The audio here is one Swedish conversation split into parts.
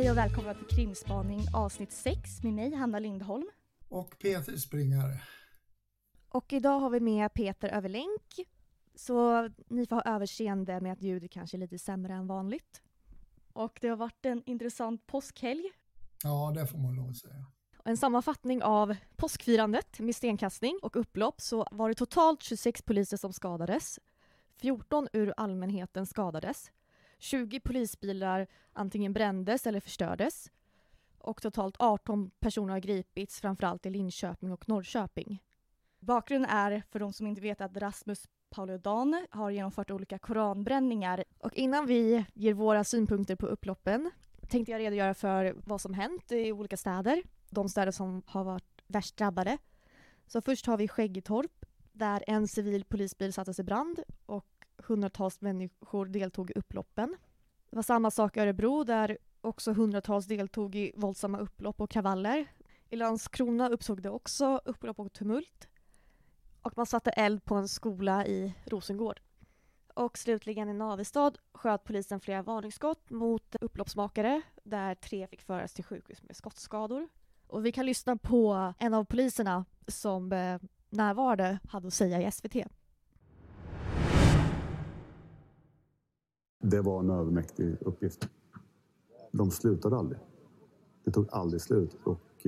Hej och välkomna till Krimspaning avsnitt 6 med mig, Hanna Lindholm. Och Peter Springare. Och idag har vi med Peter över länk. Så ni får ha överseende med att ljudet kanske är lite sämre än vanligt. Och det har varit en intressant påskhelg. Ja, det får man lov att säga. En sammanfattning av påskfirandet med stenkastning och upplopp, så var det totalt 26 poliser som skadades. 14 ur allmänheten skadades. 20 polisbilar antingen brändes eller förstördes. Och totalt 18 personer har gripits, framförallt i Linköping och Norrköping. Bakgrunden är, för de som inte vet, att Rasmus Paludan har genomfört olika koranbränningar. Och innan vi ger våra synpunkter på upploppen tänkte jag redogöra för vad som hänt i olika städer. De städer som har varit värst drabbade. Så först har vi Skäggetorp, där en civil polisbil sattes i brand och hundratals människor deltog i upploppen. Det var samma sak i Örebro, där också hundratals deltog i våldsamma upplopp och kravaller. I Landskrona uppsåg det också upplopp och tumult. Och man satte eld på en skola i Rosengård. Och slutligen i Navestad sköt polisen flera varningsskott mot upploppsmakare, där 3 fick föras till sjukhus med skottskador. Och vi kan lyssna på en av poliserna som närvarade hade att säga i SVT. Det var en övermäktig uppgift. De slutade aldrig. Det tog aldrig slut. Och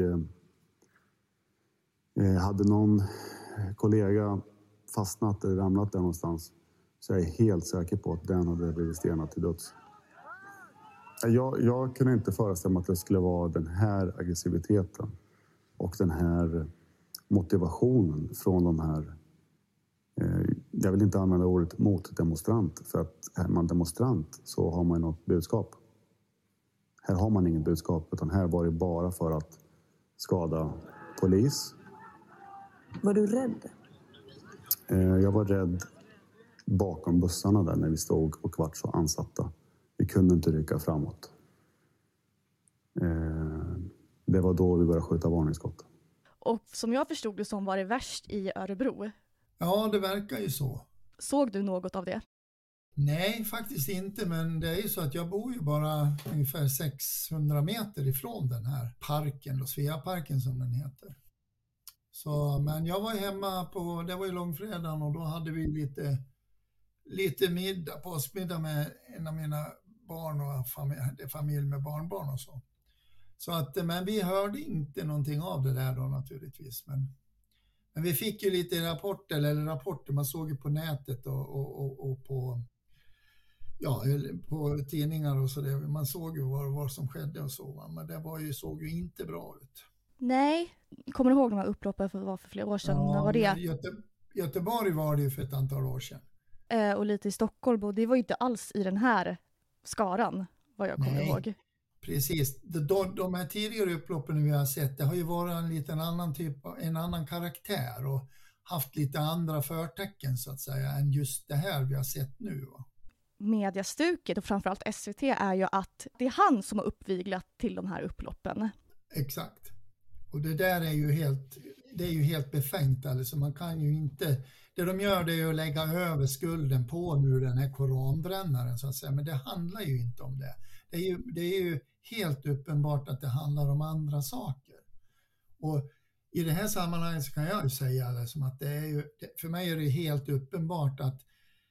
hade någon kollega fastnat eller ramlat där någonstans, så jag är helt säker på att den hade blivit stenad till döds. Jag kunde inte föreställa mig att det skulle vara den här aggressiviteten och den här motivationen från de här. Jag vill inte använda ordet motdemonstrant, för att är man demonstrant så har man något budskap. Här har man ingen budskap, utan här var det bara för att skada polis. Var du rädd? Jag var rädd bakom bussarna där när vi stod och vart så ansatta. Vi kunde inte rycka framåt. Det var då vi började skjuta varningsskott. Och som jag förstod det som var det värst i Örebro. Ja, det verkar ju så. Såg du något av det? Nej, faktiskt inte. Men det är ju så att jag bor ju bara ungefär 600 meter ifrån den här parken, Sveaparken som den heter. Så, men jag var hemma på, det var ju långfredagen, och då hade vi lite middag, påskmiddag med en av mina barn och familj med barnbarn och så. Så att, men vi hörde inte någonting av det där då naturligtvis. Men vi fick ju lite rapporter man såg ju på nätet och på, ja, på tidningar och så där. Man såg ju vad som skedde och så, men det såg ju inte bra ut. Nej, kommer du ihåg de här upploppen för flera år sedan? Ja, när var det? Göteborg var det ju för ett antal år sedan. Och lite i Stockholm, och det var ju inte alls i den här skaran, vad jag kommer ihåg. Precis. De här tidigare upploppen vi har sett, det har ju varit en annan karaktär och haft lite andra förtecken så att säga än just det här vi har sett nu. Mediastuket och framförallt SVT är ju att det är han som har uppviglat till de här upploppen. Exakt. Och det där är ju helt befängt. Alltså man kan ju inte, det de gör det är att lägga över skulden på nu den här koranbrännaren så att säga, men det handlar ju inte om det. Det är ju helt uppenbart att det handlar om andra saker. Och i det här sammanhanget så kan jag ju säga alltså att för mig är det helt uppenbart att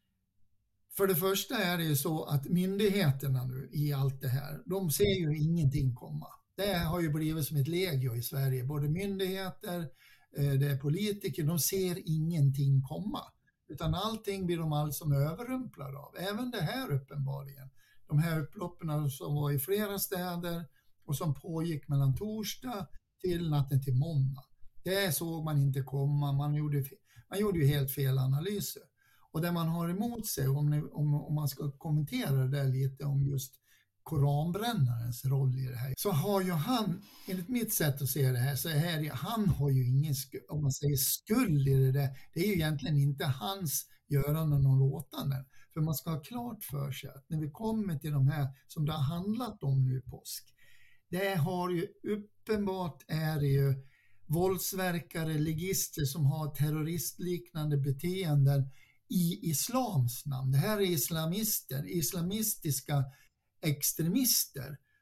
för det första är det ju så att myndigheterna nu i allt det här, de ser ju ingenting komma. Det har ju blivit som ett legio i Sverige. Både myndigheter, det är politiker, de ser ingenting komma. Utan allting blir de alltså överrumplade av. Även det här uppenbarligen. De här upploppen som var i flera städer och som pågick mellan torsdag till natten till måndag. Det såg man inte komma. Man gjorde ju helt fel analyser. Och det man har emot sig, om man ska kommentera det där lite om just koranbrännarens roll i det här, så har ju han, enligt mitt sätt att se det här, så han har ju ingen om man säger skuld i det där. Det är ju egentligen inte hans göranden och låtanden. För man ska ha klart för sig att när vi kommer till de här som det har handlat om nu i påsk, det har ju uppenbart är det ju våldsverkare, ligister som har terroristliknande beteenden i islams namn. Det här är islamistiska extremister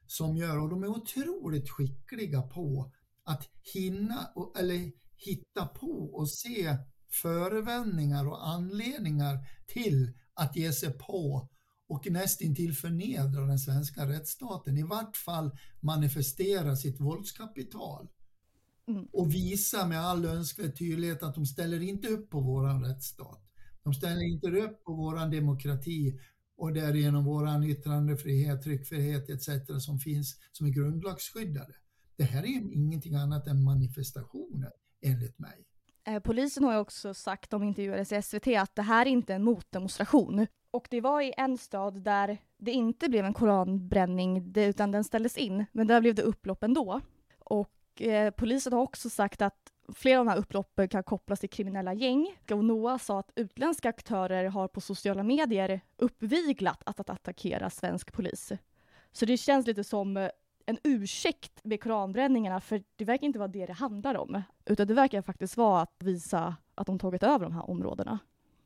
som gör, och de är otroligt skickliga på att hitta på och se förevändningar och anledningar till att ge sig på och nästintill förnedra den svenska rättsstaten, i vart fall manifestera sitt våldskapital. Och visa med all önskvärd tydlighet att de ställer inte upp på våran rättsstat. De ställer inte upp på våran demokrati och därigenom våran yttrandefrihet, tryckfrihet etc. som finns, som är grundlagsskyddade. Det här är ingenting annat än manifestationer enligt mig. Polisen har ju också sagt, om intervjuades i SVT, att det här inte är en motdemonstration. Och det var i en stad där det inte blev en koranbränning utan den ställdes in. Men där blev det upplopp ändå. Och polisen har också sagt att flera av de här upploppen kan kopplas till kriminella gäng. Och Noah sa att utländska aktörer har på sociala medier uppviglat att attackera svensk polis. Så det känns lite som en ursäkt med koranbränningarna, för det verkar inte vara det handlar om. Utan det verkar faktiskt vara att visa att de tagit över de här områdena.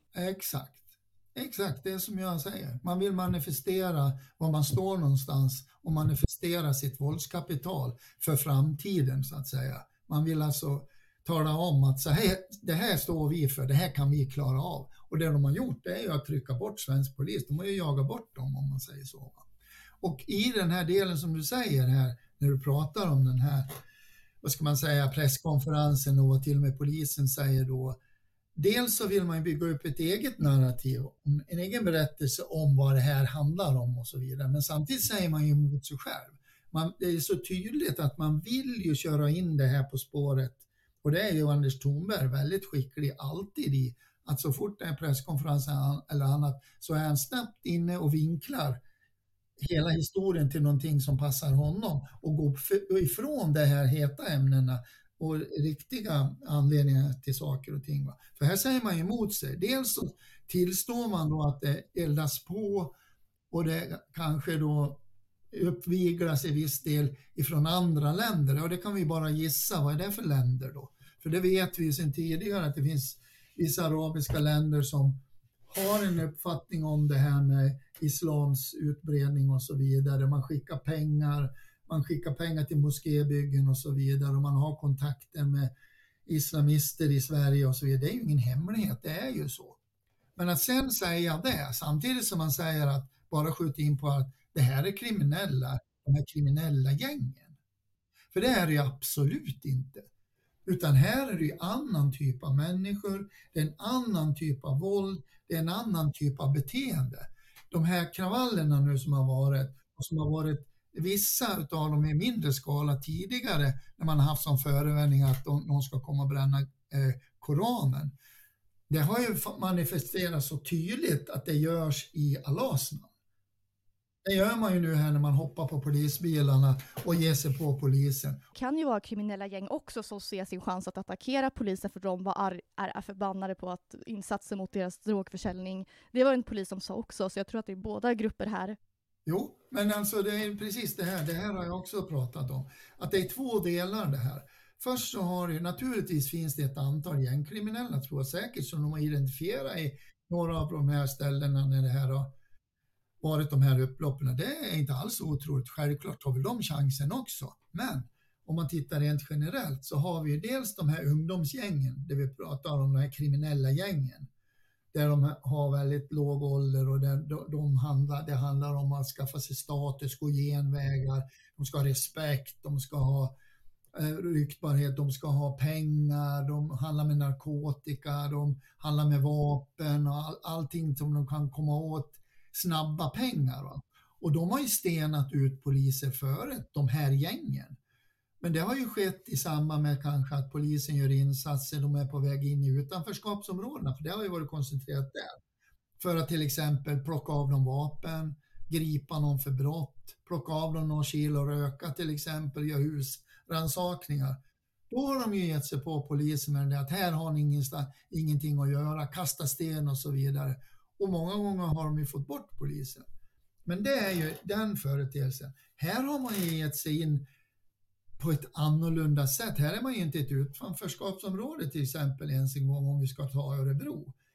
Exakt, det som jag säger. Man vill manifestera var man står någonstans och manifestera sitt våldskapital för framtiden så att säga. Man vill alltså tala om att så här, det här står vi för, det här kan vi klara av. Och det de har gjort, det är ju att trycka bort svensk polis. De har ju jagat bort dem, om man säger så. Och i den här delen som du säger här, när du pratar om den här, vad ska man säga, presskonferensen och vad till och med polisen säger då, dels så vill man ju bygga upp ett eget narrativ, en egen berättelse om vad det här handlar om och så vidare. Men samtidigt säger man ju emot sig själv. Det är så tydligt att man vill ju köra in det här på spåret. Och det är ju Anders Thornberg väldigt skicklig alltid i. Att så fort det är presskonferensen eller annat så är han snabbt inne och vinklar hela historien till någonting som passar honom. Och går ifrån det här heta ämnena och riktiga anledningar till saker och ting. För här säger man ju emot sig. Dels så tillstår man då att det eldas på och det kanske då uppviglas i viss del ifrån andra länder. Och det kan vi bara gissa, vad är det för länder då? För det vet vi ju sedan tidigare att det finns vissa arabiska länder som har en uppfattning om det här med islams utbredning och så vidare. Man skickar pengar till moskébyggen och så vidare och man har kontakter med islamister i Sverige och så vidare. Det är ju ingen hemlighet, det är ju så. Men att sen säga det, samtidigt som man säger att bara skjuta in på att det här är kriminella, de här kriminella gängen. För det är det ju absolut inte. Utan här är det ju annan typ av människor, det är en annan typ av våld, det är en annan typ av beteende. De här kravallerna nu som har varit vissa av dem i mindre skala tidigare när man har haft som förevändning att någon ska komma och bränna Koranen. Det har ju manifesterats så tydligt att det görs i Allahs namn. Det gör man ju nu här när man hoppar på polisbilarna och ger sig på polisen. Det kan ju vara kriminella gäng också som ser sin chans att attackera polisen för de är förbannade på att insatser mot deras drogförsäljning. Det var en polis som sa också, så jag tror att det är båda grupper här. Jo, men alltså det är precis det här har jag också pratat om. Att det är två delar det här. Först så har det naturligtvis finns det ett antal gängkriminella, tror jag säkert, som de har identifierat i några av de här ställena när det här har varit de här upploppen. Det är inte alls otroligt. Självklart har vi de chansen också. Men om man tittar rent generellt så har vi dels de här ungdomsgängen, där vi pratar om de här kriminella gängen. Där de har väldigt låg ålder och där det handlar om att skaffa sig status, gå genvägar. De ska ha respekt, de ska ha ryktbarhet, de ska ha pengar, de handlar med narkotika, de handlar med vapen och allting som de kan komma åt snabba pengar. Va? Och de har ju stenat ut poliser före de här gängen. Men det har ju skett i samband med kanske att polisen gör insatser, de är på väg in i utanförskapsområdena, för det har ju varit koncentrerat där. För att till exempel plocka av dem vapen, gripa någon för brott, plocka av dem någon kilo röka till exempel, göra husrannsakningar. Då har de ju gett sig på polisen med det att här har ni ingenting att göra, kasta sten och så vidare. Och många gånger har de ju fått bort polisen. Men det är ju den företeelsen. Här har man ju gett sig in på ett annorlunda sätt. Här är man ju inte ett utanförskapsområde till exempel ens en gång om vi ska ta Örebro.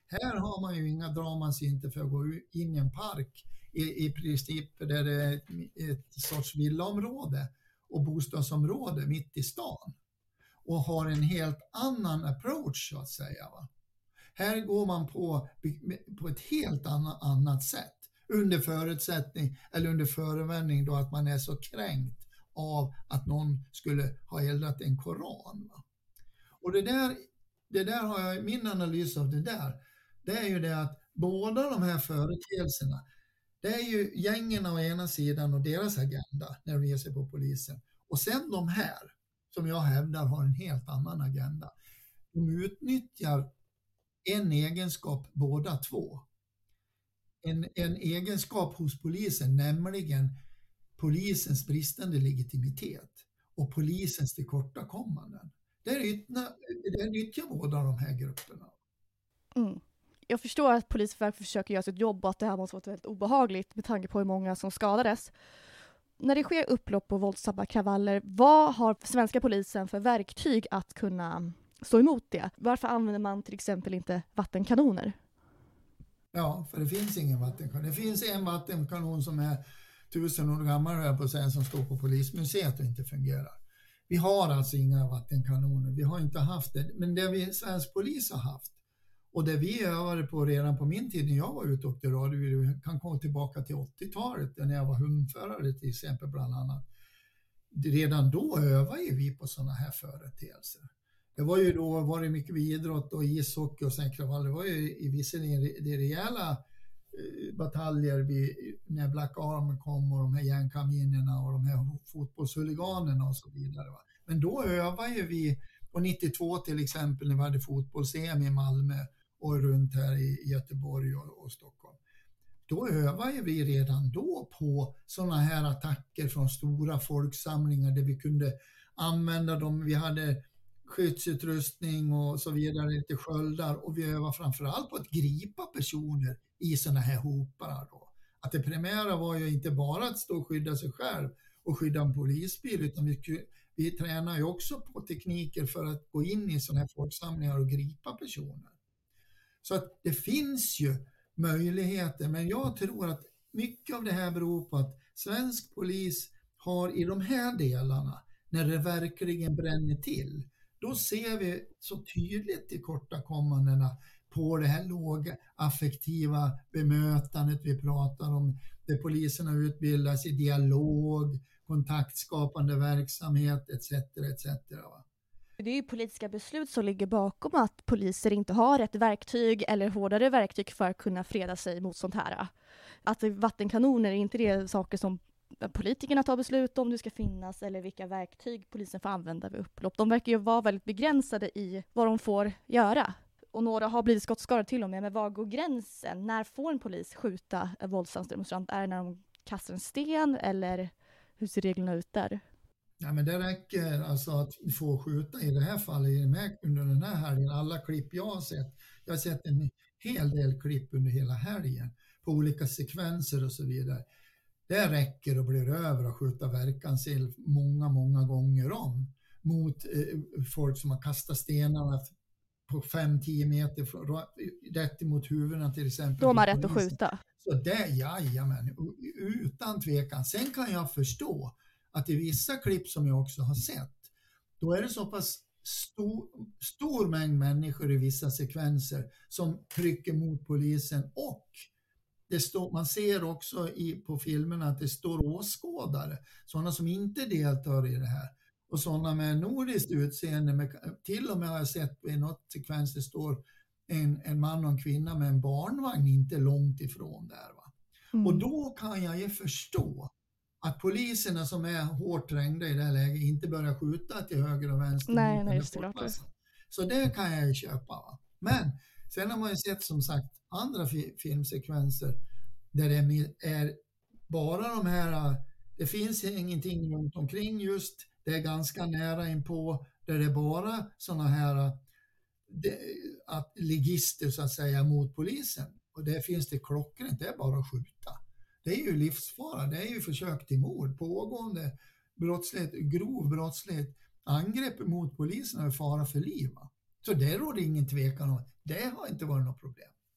Här har man ju inga dramas inte för att gå in i en park i princip där det är ett sorts villaområde och bostadsområde mitt i stan och har en helt annan approach så att säga. Va? Här går man på ett helt annat sätt under förutsättning eller under förevändning då att man är så kränkt av att någon skulle ha eldat en koran. Va? Och det där har jag, min analys av det är ju det att båda de här företeelserna, det är ju gängen å ena sidan och deras agenda när de ger sig på polisen. Och sen de här, som jag hävdar har en helt annan agenda. De utnyttjar en egenskap båda två. En egenskap hos polisen, nämligen polisens bristande legitimitet och polisens tillkortakommanden. Det nyttjar båda de här grupperna. Mm. Jag förstår att polisen försöker göra sitt jobb och att det här måste vara väldigt obehagligt med tanke på hur många som skadades. När det sker upplopp och våldsamma kravaller, vad har svenska polisen för verktyg att kunna stå emot det? Varför använder man till exempel inte vattenkanoner? Ja, för det finns ingen vattenkanon. Det finns en vattenkanon som är 1000 år gammal på sig som står på polismuseet och inte fungerar. Vi har alltså inga vattenkanoner. Vi har inte haft det. Men det svensk polis har haft och det vi övade på redan på min tid när jag var ute och åkte radio, vi kan komma tillbaka till 80-talet när jag var hundförare till exempel bland annat. Redan då övade vi på sådana här företeelser. Det var ju då var det mycket idrott och ishockey och sen kravaller. Det var ju visserligen det rejäla bataljer när Black Arm kom och de här järnkaminerna och de här fotbollshuliganerna och så vidare. Va? Men då övade ju vi på 92 till exempel när vi hade fotbolls-EM i Malmö och runt här i Göteborg och Stockholm. Då övade vi redan då på sådana här attacker från stora folksamlingar där vi kunde använda dem. Vi hade skyddsutrustning och så vidare, lite sköldar och vi övade framförallt på att gripa personer i sådana här hopar då. Att det primära var ju inte bara att stå och skydda sig själv och skydda en polisbil utan vi tränar ju också på tekniker för att gå in i sådana här folksamlingar och gripa personer. Så att det finns ju möjligheter, men jag tror att mycket av det här beror på att svensk polis har i de här delarna, när det verkligen bränner till, då ser vi så tydligt tillkortakommandena på det här låga affektiva bemötandet vi pratar om, där poliserna utbildas i dialog, kontaktskapande verksamhet etc. etc. Va? Det är ju politiska beslut som ligger bakom att poliser inte har rätt verktyg eller hårdare verktyg för att kunna freda sig mot sånt här. Att vattenkanoner är inte det saker som politikerna tar beslut om det ska finnas eller vilka verktyg polisen får använda vid upplopp. De verkar ju vara väldigt begränsade i vad de får göra. Och några har blivit skottskadade till och med. Men var går gränsen? När får en polis skjuta en våldsam demonstrant? Är det när de kastar en sten eller hur ser reglerna ut där? Ja, men det räcker alltså att få skjuta i det här fallet under den här helgen. Alla klipp jag har sett en hel del klipp under hela helgen på olika sekvenser och så vidare. Det räcker och blir över att skjuta verkansill många gånger om mot folk som har kastat stenarna på 5-10 meter rätt emot huvudena till exempel. Då har man rätt att skjuta. Så det, jajamän, utan tvekan. Sen kan jag förstå att i vissa klipp som jag också har sett, då är det så pass stor mängd människor i vissa sekvenser som trycker mot polisen och man ser också på filmerna att det står åskådare, sådana som inte deltar i det här och sådana med nordiskt utseende, till och med har jag sett i något sekvens det står en man och en kvinna med en barnvagn inte långt ifrån där. Va? Mm. Och då kan jag ju förstå att poliserna som är hårt trängda i det här läget inte börjar skjuta till höger och vänster. Nej, just det. Så det kan jag ju köpa. Va? Men sen har man ju sett som sagt andra filmsekvenser där det är bara de här, det finns ingenting runt omkring just, det är ganska nära inpå, där det är bara sådana här ligister så att säga mot polisen. Och det finns det klockrent, det är bara att skjuta. Det är ju livsfara, det är ju försök till mord, pågående brottslighet, grov brottslighet, angrepp mot polisen och fara för liv. Så det råder ingen tvekan om, det har inte varit något problem.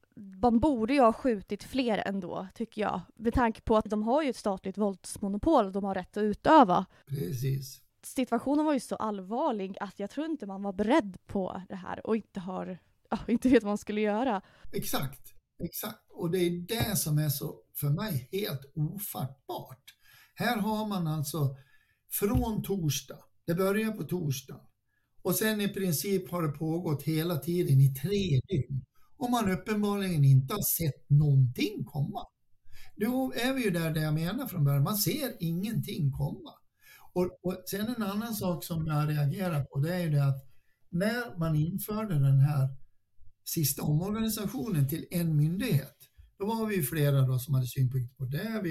man borde ju ha skjutit fler ändå, tycker jag. Med tanke på att de har ju ett statligt våldsmonopol och de har rätt att utöva. Precis. Situationen var ju så allvarlig att jag tror inte man var beredd på det här och inte vet vad man skulle göra. Exakt. Och det är det som är så för mig helt ofattbart. Här har man alltså från torsdag, det börjar på torsdag och sen i princip har det pågått hela tiden i 3 dygn och man uppenbarligen inte har sett någonting komma. Då är vi ju där jag menar från början, man ser ingenting komma. Och sen en annan sak som jag reagerar på, det är ju det att när man införde den här sista omorganisationen till en myndighet, då var vi flera då som hade synpunkter på det.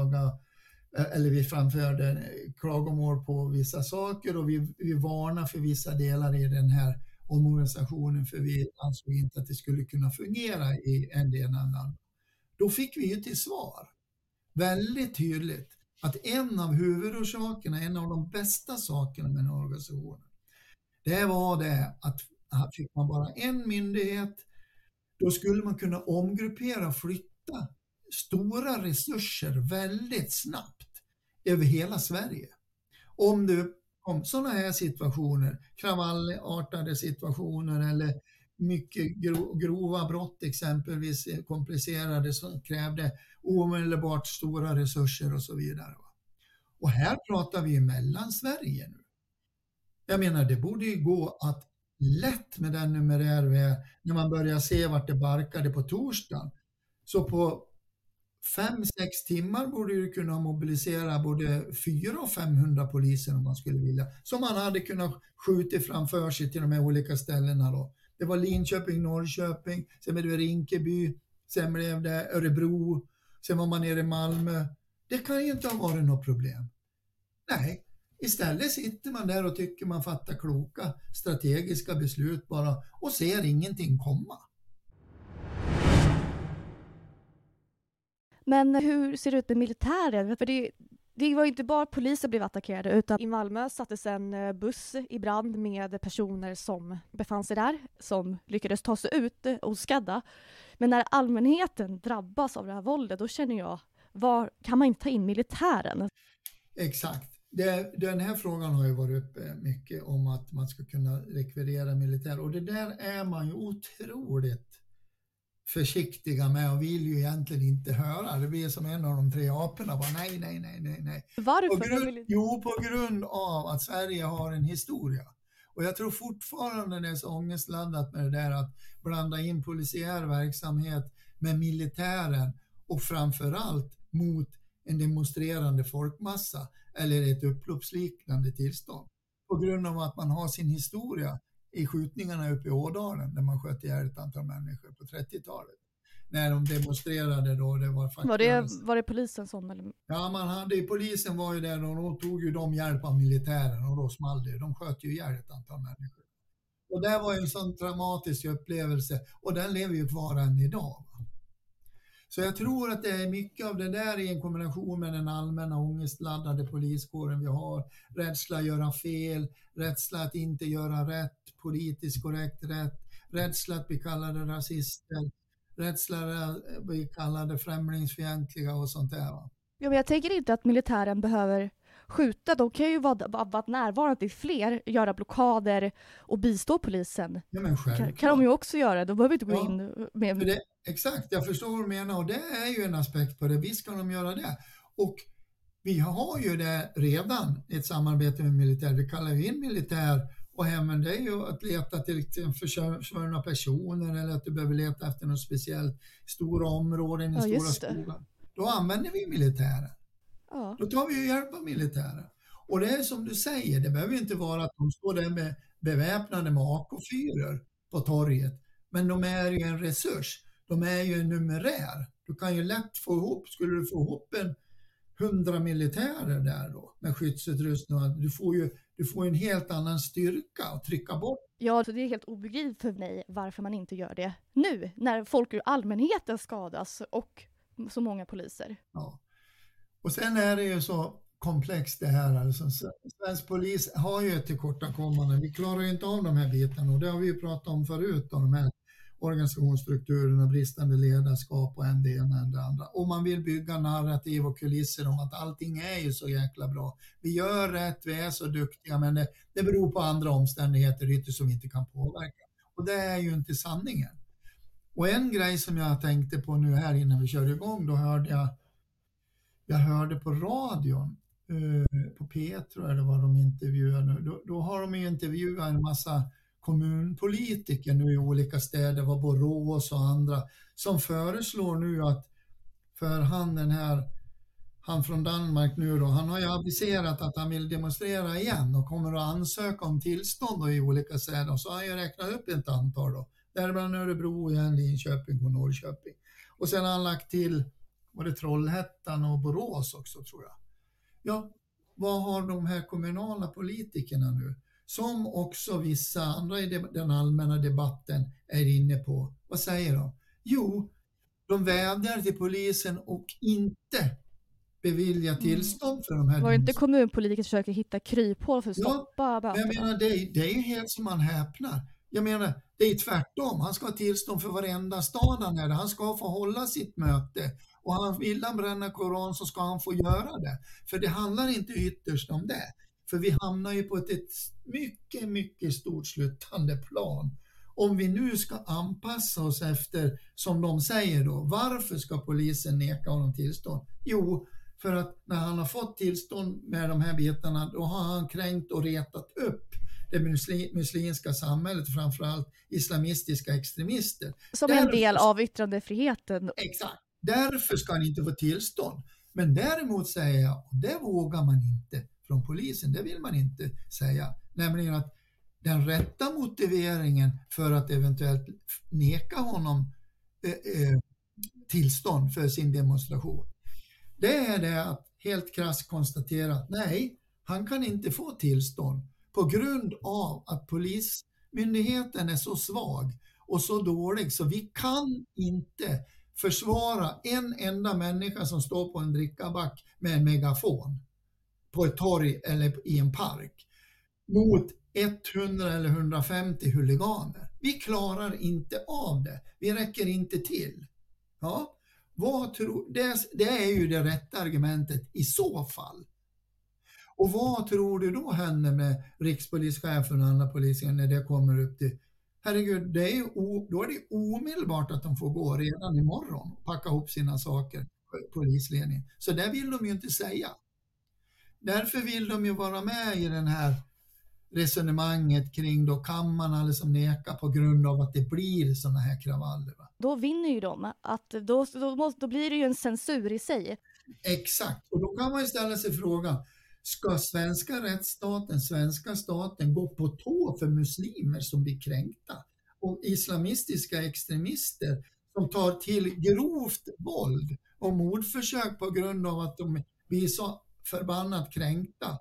Vi framförde klagomål på vissa saker och vi varnade för vissa delar i den här omorganisationen, för vi ansåg inte att det skulle kunna fungera i en del annan. Då fick vi ju till svar väldigt tydligt att en av huvudorsakerna, en av de bästa sakerna med den organisationen, det var det att fick man bara en myndighet, då skulle man kunna omgruppera och flytta stora resurser väldigt snabbt över hela Sverige. Om det kom sådana här situationer, kravallartade situationer eller mycket grova brott exempelvis, komplicerade, som krävde omedelbart stora resurser och så vidare. Och här pratar vi mellan Sverige nu. Jag menar, det borde ju gå att lätt med den numerär vi är, när man börjar se vart det barkade på torsdagen. Så på 5-6 timmar borde du kunna mobilisera både 400 och 500 poliser om man skulle vilja. Som man hade kunnat skjuta framför sig till de här olika ställena då. Det var Linköping, Norrköping, sen blev det Rinkeby, sen blev det Örebro, sen var man nere i Malmö. Det kan ju inte ha varit något problem. Nej, istället sitter man där och tycker man fattar kloka strategiska beslut bara och ser ingenting komma. Men hur ser det ut med militären? För det var ju inte bara poliser som blev attackerade, utan i Malmö sattes en buss i brand med personer som befann sig där, som lyckades ta sig ut oskadda. Men när allmänheten drabbas av det här våldet, då känner jag, kan man inte ta in militären? Exakt. Den här frågan har ju varit uppe mycket om att man ska kunna rekvirera militär. Och det där är man ju otroligt försiktiga med och vill ju egentligen inte höra. Det blir som en av de 3 aporna. Bara, nej. Varför? På grund av att Sverige har en historia. Och jag tror fortfarande det är så ångestladdat med det där att blanda in polisiär verksamhet med militären och framförallt mot en demonstrerande folkmassa eller ett upploppsliknande tillstånd. På grund av att man har sin historia i skjutningarna uppe i Ådalen där man sköt ihjäl ett antal människor på 30-talet. När de demonstrerade då, det var faktiskt... Var det polisen som? Eller? Ja, polisen var ju där och då tog ju de hjälp av militären och då small det. De sköt ju ihjäl ett antal människor. Och det var ju en sån traumatisk upplevelse och den lever ju kvar än idag. Så jag tror att det är mycket av det där i en kombination med den allmänna ångestladdade poliskåren vi har. Rädsla att göra fel, rädsla att inte göra rätt, politiskt korrekt rätt, rädsla att bli kallade rasister, rädsla att bli kallade främlingsfientliga och sånt där. Ja, men jag tänker inte att militären behöver skjuta. De kan ju vara närvarande till fler, göra blockader och bistå polisen. Ja, men kan de ju också göra. De behöver inte gå in med... Exakt, jag förstår vad du menar och det är ju en aspekt på det. Visst kan de göra det. Och vi har ju det redan, ett samarbete med militär. Vi kallar ju in militär och hemmen, det är ju att leta till försvunna personer eller att du behöver leta efter något speciellt stora områden i stora skogar. Då använder vi militären. Ja. Då tar vi ju hjälp av militären. Och det är som du säger, det behöver inte vara att de står där med beväpnade med AK4 på torget. Men de är ju en resurs. De är ju en numerär. Du kan ju lätt få ihop, skulle du få ihop 100 militärer där då med skyddsutrustning. Du får en helt annan styrka att trycka bort. Ja, så det är helt obegripligt för mig varför man inte gör det nu. När folk ur allmänheten skadas och så många poliser. Ja. Och sen är det ju så komplext det här. Alltså, svensk polis har ju ett tillkortakommande. Vi klarar ju inte av de här bitarna och det har vi ju pratat om förut. De här. organisationsstrukturen och bristande ledarskap och en det ena än det andra. Och man vill bygga narrativ och kulisser om att allting är ju så jäkla bra. Vi gör rätt, vi är så duktiga, men det beror på andra omständigheter ytterst som vi inte kan påverka. Och det är ju inte sanningen. Och en grej som jag tänkte på nu här innan vi körde igång, då hörde jag hörde på radion, på P1 tror jag det var de intervjuade nu. Då har de ju intervjuat en massa kommunpolitiker nu i olika städer, var Borås och andra, som föreslår nu att för han från Danmark nu då, han har ju aviserat att han vill demonstrera igen och kommer att ansöka om tillstånd då i olika städer, och så har han ju räknat upp ett antal då, däribland Örebro igen, Linköping och Norrköping. Och sen har han lagt till, var det Trollhättan och Borås också tror jag. Ja, vad har de här kommunala politikerna nu, som också vissa andra i den allmänna debatten är inne på, vad säger de? Jo, de vädjar till polisen och inte bevilja tillstånd för de här. Var det inte kommunpolitiker försöker hitta kryphål för att stoppa böterna? Jag menar, det är ju helt som man häpnar. Jag menar, det är tvärtom. Han ska ha tillstånd för varenda stad han är. Han ska få hålla sitt möte. Och vill han bränna koran så ska han få göra det. För det handlar inte ytterst om det. För vi hamnar ju på ett mycket, mycket stort slutande plan. Om vi nu ska anpassa oss efter, som de säger då, varför ska polisen neka honom tillstånd? Jo, för att när han har fått tillstånd med de här bitarna, då har han kränkt och retat upp det muslimska samhället, framförallt islamistiska extremister. Som en del av yttrandefriheten. Exakt. Därför ska han inte få tillstånd. Men däremot säger jag, och det vågar man inte från polisen, det vill man inte säga, nämligen att den rätta motiveringen för att eventuellt neka honom tillstånd för sin demonstration, det är det att helt krasst konstatera att nej, han kan inte få tillstånd på grund av att polismyndigheten är så svag och så dålig så vi kan inte försvara en enda människa som står på en drickaback med en megafon på ett torg eller i en park mot 100 eller 150 huliganer. Vi klarar inte av det. Vi räcker inte till. Ja, det är ju det rätta argumentet i så fall. Och vad tror du då händer med rikspolischefen och andra polisen när det kommer upp till? Herregud, då är det omedelbart att de får gå redan imorgon och packa ihop sina saker, polisledningen. Så det vill de ju inte säga. Därför vill de ju vara med i den här resonemanget kring då kan man alltså neka på grund av att det blir såna här kravaller. Va? Då vinner ju de, att då blir det ju en censur i sig. Exakt, och då kan man ju ställa sig frågan, ska svenska rättsstaten, svenska staten gå på tå för muslimer som blir kränkta och islamistiska extremister som tar till grovt våld och mordförsök på grund av att de blir så förbannat kränkta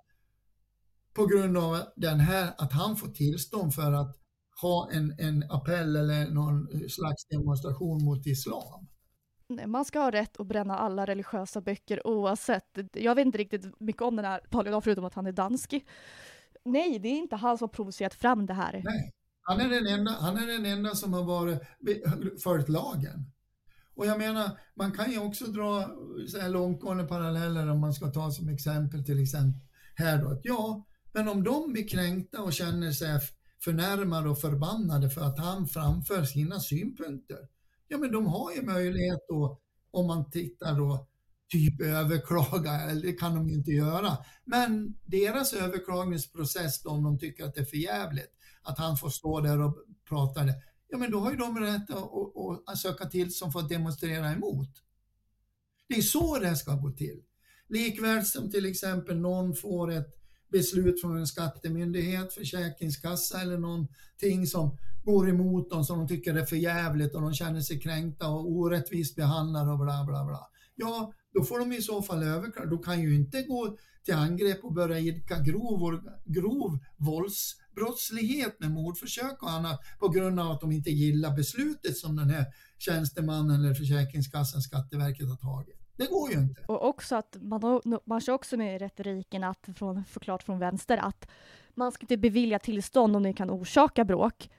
på grund av att han får tillstånd för att ha en appell eller någon slags demonstration mot islam. Man ska ha rätt att bränna alla religiösa böcker oavsett. Jag vet inte riktigt mycket om den här Paludan förutom att han är dansk. Nej, det är inte han som har provocerat fram det här. Nej, han är den enda som har följt lagen. Och jag menar, man kan ju också dra så här långtgående paralleller om man ska ta som exempel till exempel här då. Att ja, men om de blir kränkta och känner sig förnärmade och förbannade för att han framför sina synpunkter. Ja, men de har ju möjlighet då, om man tittar då, typ överklaga, eller det kan de ju inte göra. Men deras överklagningsprocess då, om de tycker att det är för jävligt, att han får stå där och prata det. Ja, men då har ju de rätt att söka till som får demonstrera emot. Det är så det ska gå till. Likväl som till exempel någon får ett beslut från en skattemyndighet, försäkringskassa eller någonting som går emot dem som de tycker är för jävligt och de känner sig kränkta och orättvist behandlade och bla bla bla. Ja, då får de i så fall överklaga. Då kan ju inte gå till angrepp och börja idka grov våldsbrottslighet med mordförsök och annat på grund av att de inte gillar beslutet som den här tjänstemannen eller försäkringskassan, Skatteverket har tagit. Det går ju inte. Och också att man kör också med retoriken att förklart från vänster att man ska inte bevilja tillstånd om det kan orsaka bråk.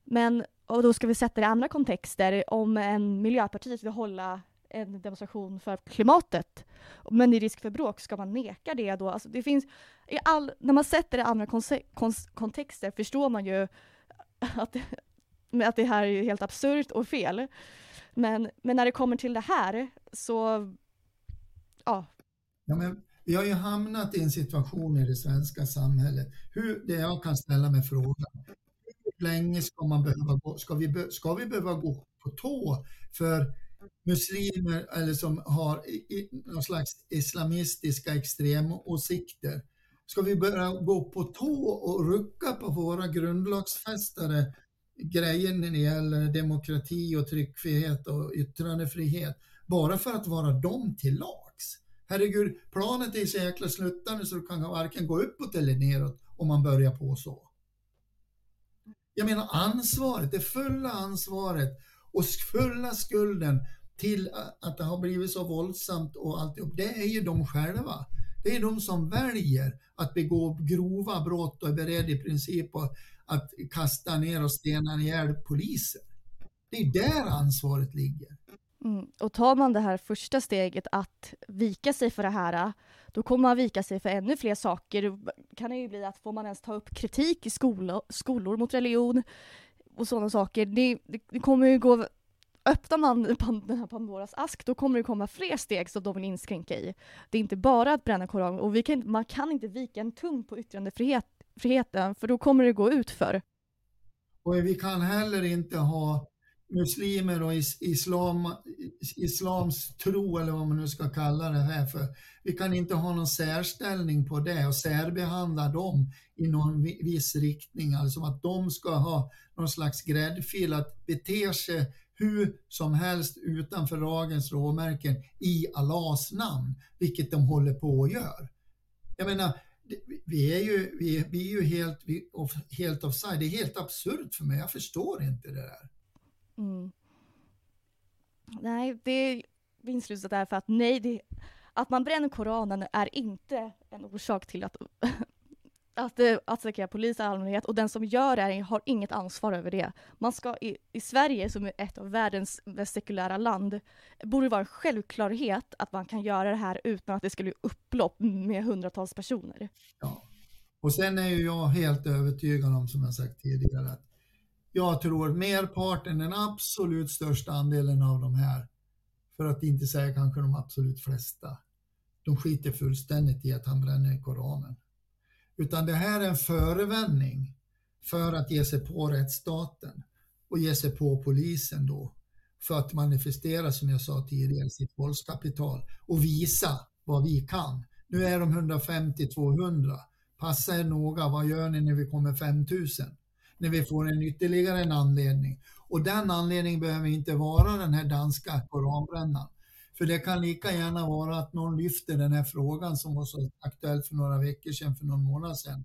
Men och då ska vi sätta det i andra kontexter. Om en miljöparti vill hålla en demonstration för klimatet, men det är risk för bråk, ska man neka det då? Alltså det finns, när man sätter det i andra kontexter förstår man ju att det här är helt absurt och fel. Men när det kommer till det här så, ja. Ja, men vi har ju hamnat i en situation i det svenska samhället. Det jag kan ställa mig frågan, hur länge ska man behöva gå? Ska vi behöva gå på tå för muslimer eller som har någon slags islamistiska extremåsikter? Ska vi börja gå på tå och rucka på våra grundlagsfästade grejer när det gäller demokrati och tryckfrihet och yttrandefrihet bara för att vara dem till lags? Herregud, planet är så jäkla sluttande så du kan varken gå uppåt eller neråt om man börjar på så. Jag menar ansvaret, det fulla ansvaret och fulla skulden till att det har blivit så våldsamt och alltihop, det är ju de själva. Det är de som väljer att begå grova brott och är beredd i princip att kasta ner och stena ihjäl poliser. Det är där ansvaret ligger. Och tar man det här första steget att vika sig för det här, då kommer man vika sig för ännu fler saker. Det kan ju bli att får man ens ta upp kritik i skolor mot religion och sådana saker. Det kommer ju gå, öppnar man den här Pandoras ask, då kommer det komma fler steg som de vill inskränka i. Det är inte bara att bränna Koran, och man kan inte vika en tum på yttrandefriheten, för då kommer det gå ut för. Och vi kan heller inte ha muslimer och islams tro, eller vad man nu ska kalla det här för. Vi kan inte ha någon särställning på det och särbehandla dem i någon viss riktning. Alltså att de ska ha någon slags gräddfil att bete sig hur som helst utanför lagens råmärken i Allahs namn, vilket de håller på att göra. Jag menar, vi är ju helt offside. Det är helt absurt för mig. Jag förstår inte det där. Nej, det vinslutet är för att att man bränner Koranen är inte en orsak till att attackera polis och allmänhet, och den som gör det har inget ansvar över det. Man ska i Sverige, som är ett av världens mest sekulära land, borde vara en självklarhet att man kan göra det här utan att det skulle bli upplopp med hundratals personer. Ja, och sen är ju jag helt övertygad om, som jag sagt tidigare, att jag tror merparten, den absolut största andelen av de här, för att inte säga kanske de absolut flesta, de skiter fullständigt i att han bränner Koranen. Utan det här är en förevändning för att ge sig på rättsstaten och ge sig på polisen då, för att manifestera, som jag sa tidigare, sitt våldskapital och visa vad vi kan. Nu är de 150-200. Passa er noga, vad gör ni när vi kommer 5000? När vi får ytterligare en anledning. Och den anledningen behöver inte vara den här danska koranbrännan. För det kan lika gärna vara att någon lyfter den här frågan som var så aktuell för några veckor sedan, för någon månad sedan.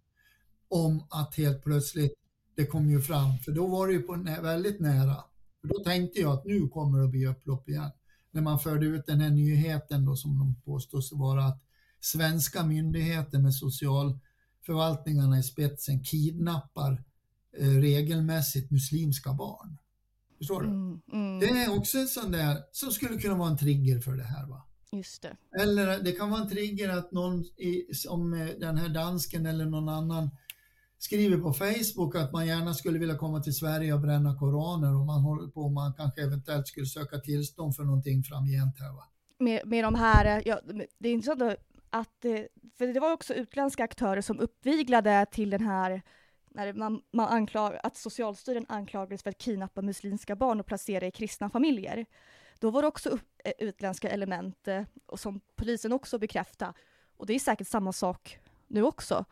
Om att helt plötsligt, det kom ju fram, för då var det ju väldigt nära. För då tänkte jag att nu kommer det att bli upplopp igen. När man förde ut den här nyheten då, som de påstås vara att svenska myndigheter med socialförvaltningarna i spetsen kidnappar regelmässigt muslimska barn. Förstår du? Det är också en sån där som skulle kunna vara en trigger för det här, va? Just det. Eller det kan vara en trigger att någon som den här dansken eller någon annan skriver på Facebook att man gärna skulle vilja komma till Sverige och bränna koraner, och man håller på, man kanske eventuellt skulle söka tillstånd för någonting framgent här, va? Med de här, ja, det är intressant att, för det var också utländska aktörer som uppviglade till den här, när man att Socialstyrelsen anklagades för att kidnappa muslimska barn och placera i kristna familjer. Då var det också utländska element, och som polisen också bekräftade. Och det är säkert samma sak nu också.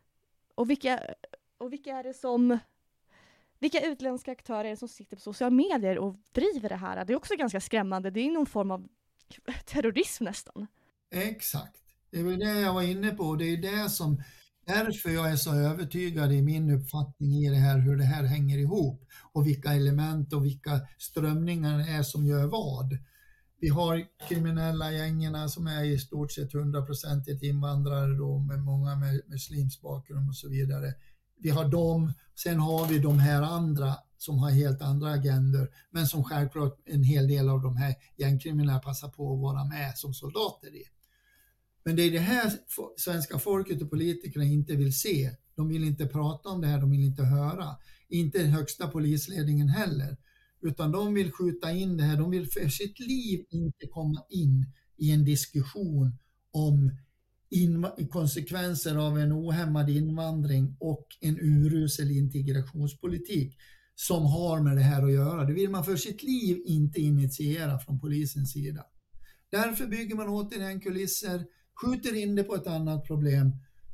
Och vilka utländska aktörer är det som sitter på sociala medier och driver det här? Det är också ganska skrämmande. Det är någon form av terrorism nästan. Exakt. Det var det jag var inne på. Det är det som, därför jag är så övertygad i min uppfattning i det här, hur det här hänger ihop och vilka element och vilka strömningar det är som gör vad. Vi har kriminella gängerna som är i stort sett 100% invandrare då, med många med muslims bakgrund och så vidare. Vi har dem, sen har vi de här andra som har helt andra agendor, men som självklart en hel del av de här gängkriminella passar på att vara med som soldater i. Men det är det här svenska folket och politikerna inte vill se. De vill inte prata om det här, de vill inte höra. Inte den högsta polisledningen heller. Utan de vill skjuta in det här, de vill för sitt liv inte komma in i en diskussion om konsekvenser av en ohämmad invandring och en urusel integrationspolitik som har med det här att göra. Det vill man för sitt liv inte initiera från polisens sida. Därför bygger man återigen kulisser, skjuter in det på ett annat problem.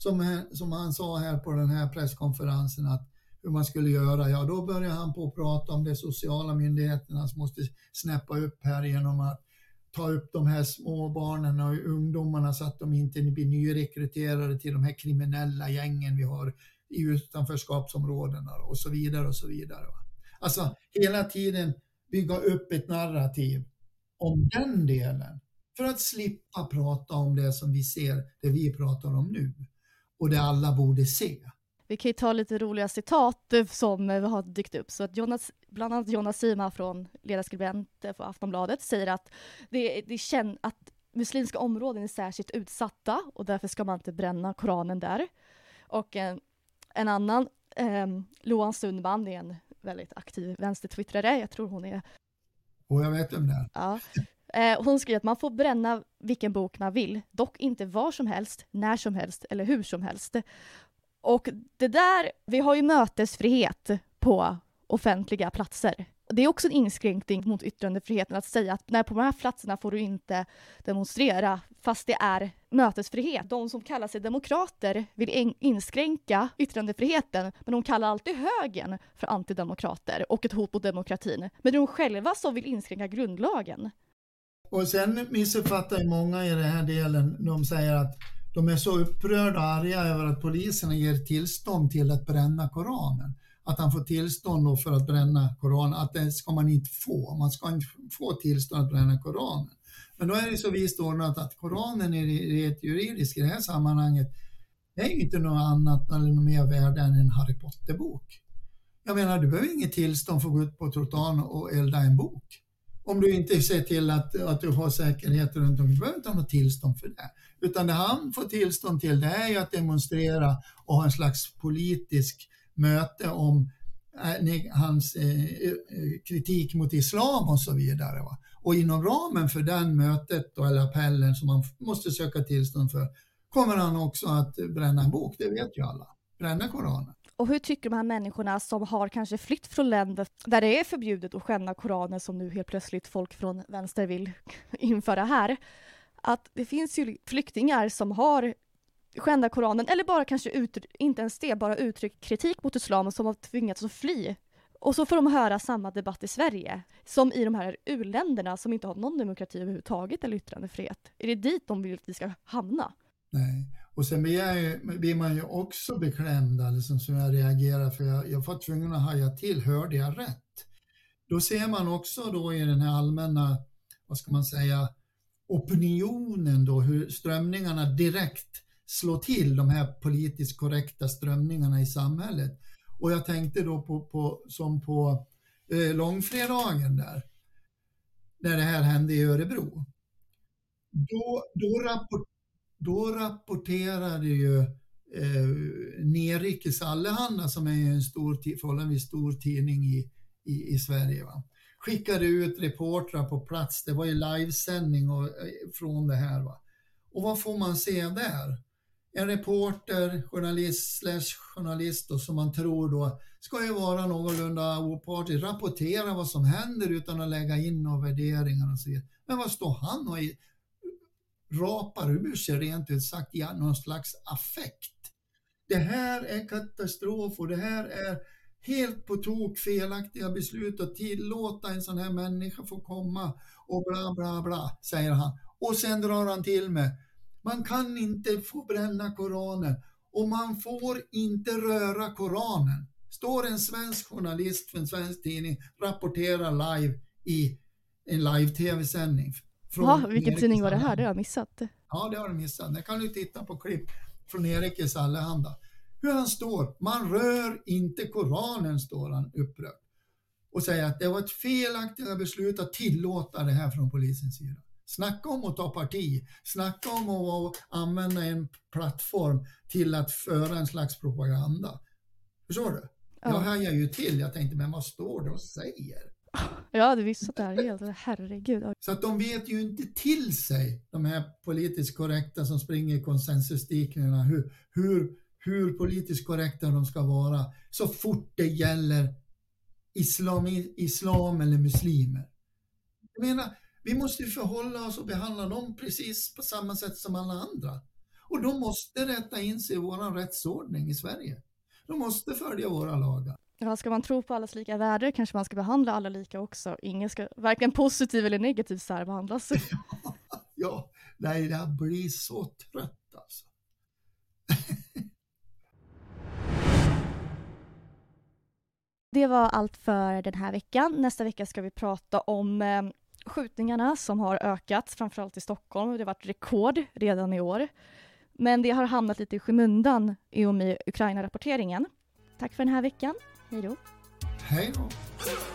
Som han sa här på den här presskonferensen att hur man skulle göra. Ja, då börjar han på att prata om de sociala myndigheterna som måste snäppa upp här genom att ta upp de här små barnen och ungdomarna så att de inte blir nyrekryterade till de här kriminella gängen vi har i utanförskapsområdena och så vidare och så vidare. Alltså hela tiden bygga upp ett narrativ om den delen för att slippa prata om det som vi ser, det vi pratar om nu och det alla borde se. Vi kan ju ta lite roliga citat som har dykt upp. Så att bland annat Jonas Sima från ledarskribent för Aftonbladet säger att det känns att muslimska områden är särskilt utsatta och därför ska man inte bränna Koranen där. Och en annan, Loan Sundman, är en väldigt aktiv vänstertwittrare. Jag tror hon är... Och jag vet om det. Ja. Hon skriver att man får bränna vilken bok man vill, dock inte var som helst, när som helst eller hur som helst. Och det där, vi har ju mötesfrihet på offentliga platser. Det är också en inskränkning mot yttrandefriheten att säga att på de här platserna får du inte demonstrera fast det är mötesfrihet. De som kallar sig demokrater vill inskränka yttrandefriheten men de kallar alltid högern för antidemokrater och ett hot mot demokratin. Men det är de själva som vill inskränka grundlagen. Och sen missuppfattar många i den här delen, de säger att de är så upprörda och arga över att poliserna ger tillstånd till att bränna Koranen. Att han får tillstånd för att bränna Koranen, att det ska man inte få. Man ska inte få tillstånd att bränna Koranen. Men då är det så vist ordnat att Koranen är rent juridiskt i det här sammanhanget. Det är inte något annat eller något mer värde än en Harry Potter-bok. Jag menar, du behöver inget tillstånd för att gå ut på trottoaren och elda en bok. Om du inte ser till att du har säkerhet runt om, du behöver inte ha något tillstånd för det. Utan det han får tillstånd till det är ju att demonstrera och ha en slags politisk möte om hans kritik mot islam och så vidare. Va? Och inom ramen för den mötet då, eller appellen som man måste söka tillstånd för, kommer han också att bränna en bok, det vet ju alla. Bränna Koranen. Och hur tycker de här människorna som har kanske flytt från länder där det är förbjudet att skända Koranen som nu helt plötsligt folk från vänster vill införa här, att det finns ju flyktingar som har skända Koranen eller bara kanske inte ens det, bara uttryckt kritik mot islam som har tvingats att fly. Och så får de höra samma debatt i Sverige som i de här u-länderna som inte har någon demokrati överhuvudtaget eller yttrandefrihet. Är det dit de vill att vi ska hamna? Nej, och sen blir man ju också beklämd alltså, som jag reagerar för jag var tvungen att haja till, hörde jag rätt? Då ser man också då i den här allmänna, vad ska man säga, opinionen då, hur strömningarna direkt slår till de här politiskt korrekta strömningarna i samhället. Och jag tänkte då på långfredagen där, när det här hände i Örebro. Då rapporterade ju Nerikes Allehanda, som är en förhållandevis stor tidning i Sverige, va? Skickade ut reportrar på plats. Det var ju livesändning från det här. Va? Och vad får man se där? En reporter, journalist då, som man tror då ska ju vara någorlunda opartisk, rapportera vad som händer utan att lägga in några värderingar och så vidare. Men vad står han och rapar ur sig rent ut sagt i någon slags affekt? Det här är katastrof och det här är helt på tok felaktiga beslut att tillåta en sån här människa få komma och bla bla bla, säger han. Och sen drar han till med: man kan inte få bränna Koranen och man får inte röra Koranen. Står en svensk journalist för en svensk tidning, rapporterar live i en live-tv-sändning. Ja, vilken tidning var det här? Det har jag missat. Ja, det har du missat. Det kan du titta på klipp från Nerikes Allehanda. Hur han står, man rör inte Koranen, står han upprörd. och säga att det var ett felaktigt beslut att tillåta det här från polisens sida. Snacka om att ta parti, snacka om att använda en plattform till att föra en slags propaganda. Förstår du? Ja. Jag hajar ju till, jag tänkte, men vad står det och säger? Ja, du visste det här helt, herregud. Så att de vet ju inte till sig, de här politiskt korrekta som springer i konsensusdikningarna, hur politiskt korrekta de ska vara så fort det gäller islam eller muslimer. Jag menar, vi måste ju förhålla oss och behandla dem precis på samma sätt som alla andra. Och de måste rätta in sig i vår rättsordning i Sverige. De måste följa våra lagar. Ja, ska man tro på allas lika värde kanske man ska behandla alla lika också. Ingen ska varken positiv eller negativ särbehandlas. Ja, nej, jag blir så trött alltså. Det var allt för den här veckan. Nästa vecka ska vi prata om skjutningarna som har ökat, framförallt i Stockholm. Det har varit rekord redan i år. Men det har hamnat lite i skymundan i och med Ukraina-rapporteringen. Tack för den här veckan. Hej då. Hej då.